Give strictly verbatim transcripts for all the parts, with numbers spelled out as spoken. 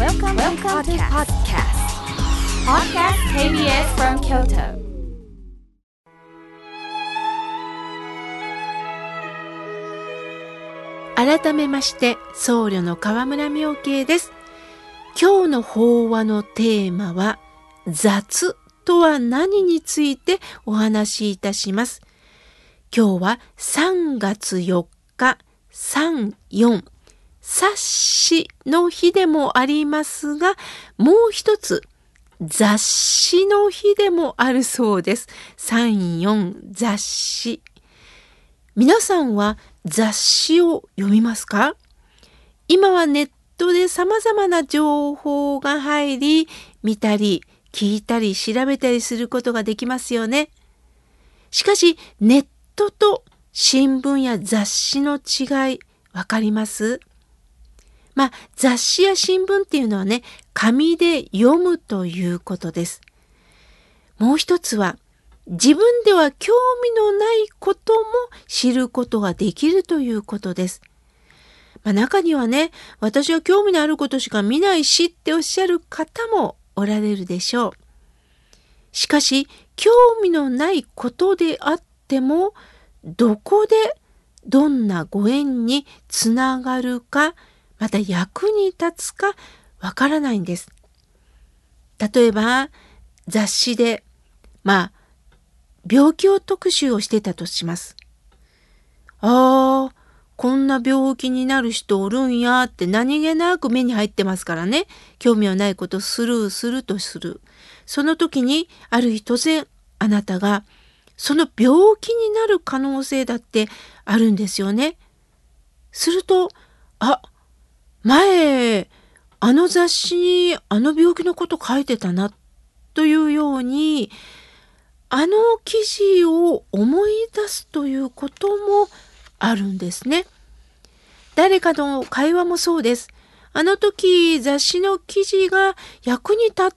Welcome, Welcome to podcast. Podcast ケービーエス from Kyoto. 改めまして僧侶の河村妙慶です。今日の法話のテーマは雑とは何についてお話しいたします。今日はさんがつよっかさん、よん冊子の日でもありますが、もう一つ雑誌の日でもあるそうです。さん、よん雑誌。皆さんは雑誌を読みますか？今はネットで様々な情報が入り、見たり聞いたり調べたりすることができますよね。しかしネットと新聞や雑誌の違いわかります？まあ雑誌や新聞っていうのはね、紙で読むということです。もう一つは自分では興味のないことも知ることができるということです。まあ、中にはね、私は興味のあることしか見ないしっておっしゃる方もおられるでしょう。しかし、興味のないことであっても、どこでどんなご縁につながるか、また役に立つかわからないんです。例えば、雑誌で、まあ、病気を特集をしてたとします。ああ、こんな病気になる人おるんやって何気なく目に入ってますからね。興味はないことスルーするとする。その時にある日突然あなたがその病気になる可能性だってあるんですよね。すると、あ、前あの雑誌にあの病気のこと書いてたなというように、あの記事を思い出すということもあるんですね。誰かの会話もそうです。あの時雑誌の記事が役に立った、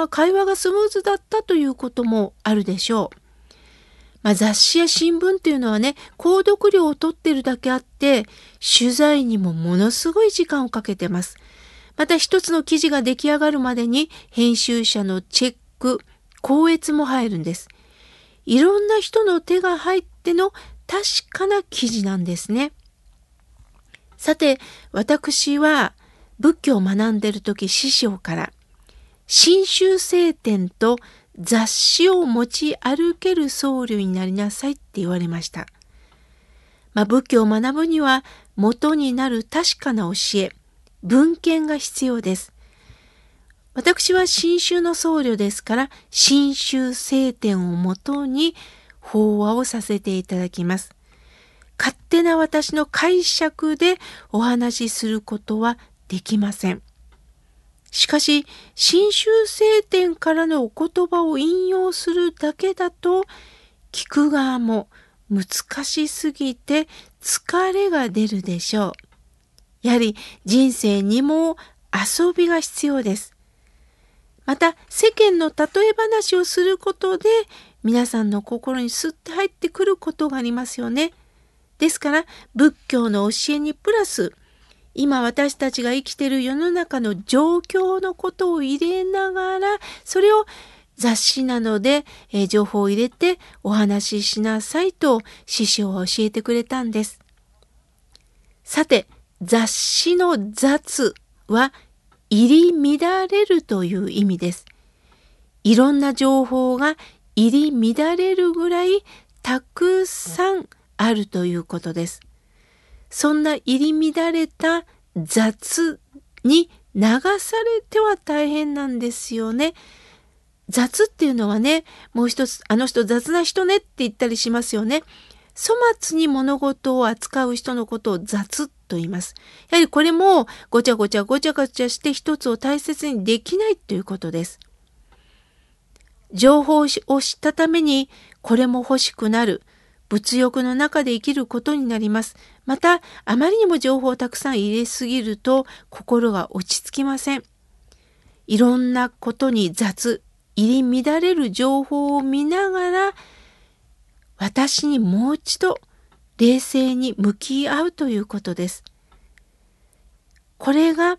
会話がスムーズだったということもあるでしょう。まあ、雑誌や新聞っていうのはね、購読料を取ってるだけあって、取材にもものすごい時間をかけてます。また一つの記事が出来上がるまでに編集者のチェック、校閲も入るんです。いろんな人の手が入っての確かな記事なんですね。さて、私は仏教を学んでいるとき師匠から真宗聖典と雑誌を持ち歩ける僧侶になりなさいって言われました。まあ、仏教を学ぶには元になる確かな教え、文献が必要です。私は真宗の僧侶ですから、真宗聖典をもとに法話をさせていただきます。勝手な私の解釈でお話しすることはできません。しかし、真宗聖典からのお言葉を引用するだけだと、聞く側も難しすぎて疲れが出るでしょう。やはり人生にも遊びが必要です。また世間の例え話をすることで皆さんの心にスッと入ってくることがありますよね。ですから仏教の教えにプラス今私たちが生きている世の中の状況のことを入れながらそれを雑誌なので、えー、情報を入れてお話ししなさいと師匠は教えてくれたんです。さて雑誌の雑は入り乱れるという意味です。いろんな情報が入り乱れるぐらいたくさんあるということです。そんな入り乱れた雑に流されては大変なんですよね。雑っていうのはね、もう一つ、あの人雑な人ねって言ったりしますよね。粗末に物事を扱う人のことを雑と言います。やはりこれもごちゃごちゃごちゃごちゃして一つを大切にできないということです。情報を知ったためにこれも欲しくなる。物欲の中で生きることになります。また、あまりにも情報をたくさん入れすぎると心が落ち着きません。いろんなことに雑、入り乱れる情報を見ながら、私にもう一度冷静に向き合うということです。これが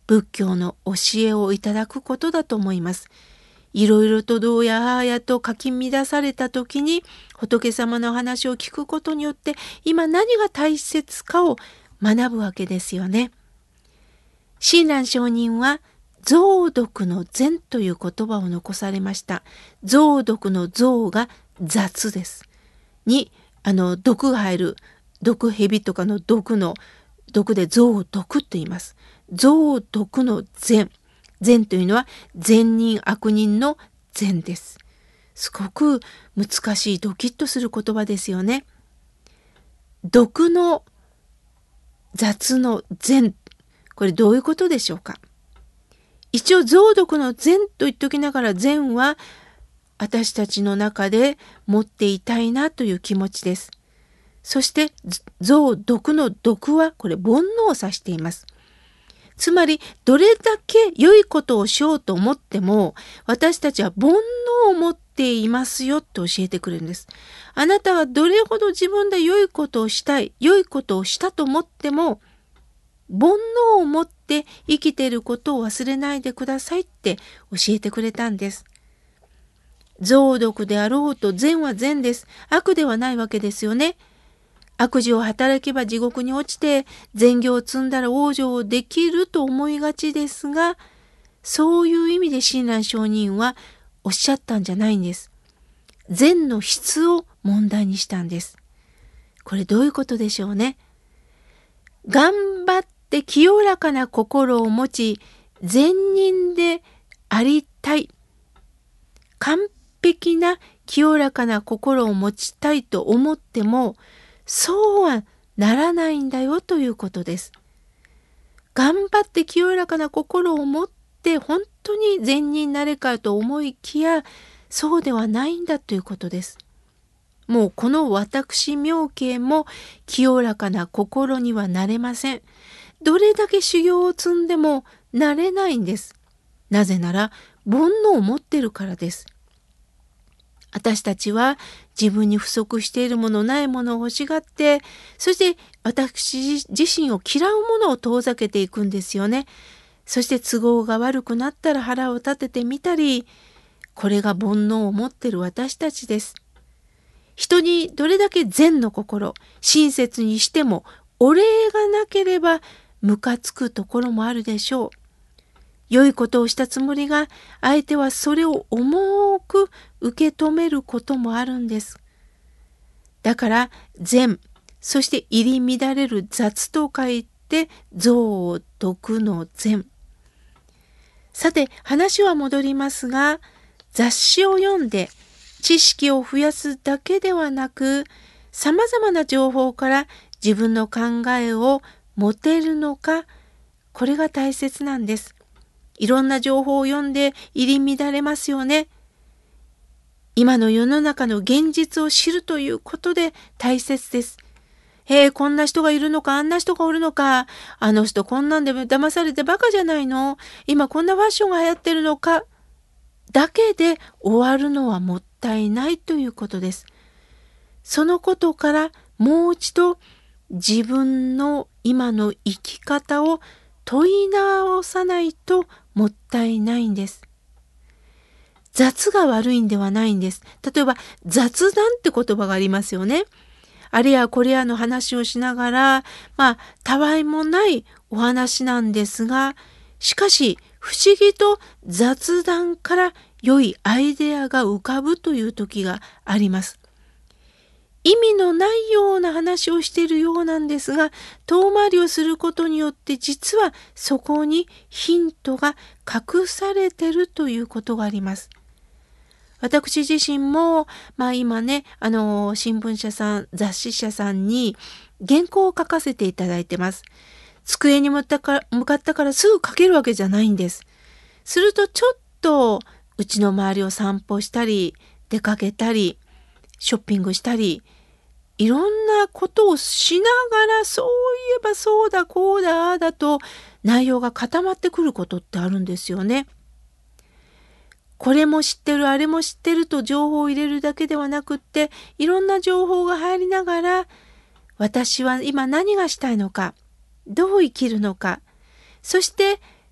仏教の教えをいただくことだと思います。いろいろとどうやああやとかき乱された時に仏様の話を聞くことによって今何が大切かを学ぶわけですよね。親鸞上人は蔵読の禅という言葉を残されました。蔵読の蔵が雑です。に、あの毒が入る毒蛇とかの毒の毒で蔵読と言います。蔵読の禅。禅というのは善人悪人の禅です。すごく難しいドキッとする言葉ですよね。毒の雑の禅。これどういうことでしょうか。一応蔵読の禅と言っておきながら禅は私たちの中で持っていたいなという気持ちです。そして蔵読の読はこれ煩悩を指しています。つまりどれだけ良いことをしようと思っても私たちは煩悩を持っていますよと教えてくれるんです。あなたはどれほど自分で良いことをしたい、良いことをしたと思っても煩悩を持って生きていることを忘れないでくださいって教えてくれたんです。蔵読であろうと善は善です。悪ではないわけですよね。悪事を働けば地獄に落ちて善行を積んだら往生できると思いがちですが、そういう意味で親鸞上人はおっしゃったんじゃないんです。善の質を問題にしたんです。これどういうことでしょうね。頑張って清らかな心を持ち善人でありたい。完璧な清らかな心を持ちたいと思ってもそうはならないんだよということです。頑張って清らかな心を持って本当に善人になれかと思いきやそうではないんだということです。もうこの私妙慶も清らかな心にはなれません。どれだけ修行を積んでもなれないんです。なぜなら煩悩を持ってるからです。私たちは自分に不足しているものないものを欲しがって、そして私自身を嫌うものを遠ざけていくんですよね。そして都合が悪くなったら腹を立ててみたり、これが煩悩を持っている私たちです。人にどれだけ善の心、親切にしてもお礼がなければムカつくところもあるでしょう。良いことをしたつもりが相手はそれを重く受け止めることもあるんです。だから善、そして入り乱れる雑と書いて蔵読の善。さて話は戻りますが、雑誌を読んで知識を増やすだけではなく、さまざまな情報から自分の考えを持てるのか、これが大切なんです。いろんな情報を読んで入り乱れますよね。今の世の中の現実を知るということで大切です。へえ、こんな人がいるのか、あんな人がおるのか、あの人こんなんで騙されてバカじゃないの、今こんなファッションが流行ってるのか、だけで終わるのはもったいないということです。そのことからもう一度自分の今の生き方を問い直さないともったいないんです。雑が悪いんではないんです。例えば雑談って言葉がありますよね。あれやこれやの話をしながら、まあたわいもないお話なんですが、しかし不思議と雑談から良いアイデアが浮かぶという時があります。意味のないような話をしているようなんですが、遠回りをすることによって実はそこにヒントが隠されているということがあります。私自身も、まあ今ね、あの、新聞社さん、雑誌社さんに原稿を書かせていただいてます。机に向かったからすぐ書けるわけじゃないんです。するとちょっとうちの周りを散歩したり、出かけたり、ショッピングしたり、いろんなことをしながら、そういえばそうだこうだああだと内容が固まってくることってあるんですよね。これも知ってるあれも知ってると情報を入れるだけではなくって、いろんな情報が入りながら、私は今何がしたいのか、どう生きるのか、そして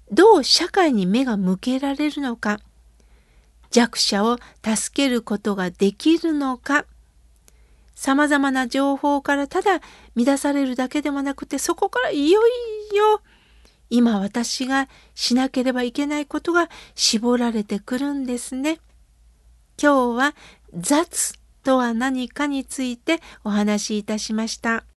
どう社会に目が向けられるのか、弱者を助けることができるのか、さまざまな情報からただ乱されるだけでもなくて、そこからいよいよ今私がしなければいけないことが絞られてくるんですね。今日は雑とは何かについてお話しいたしました。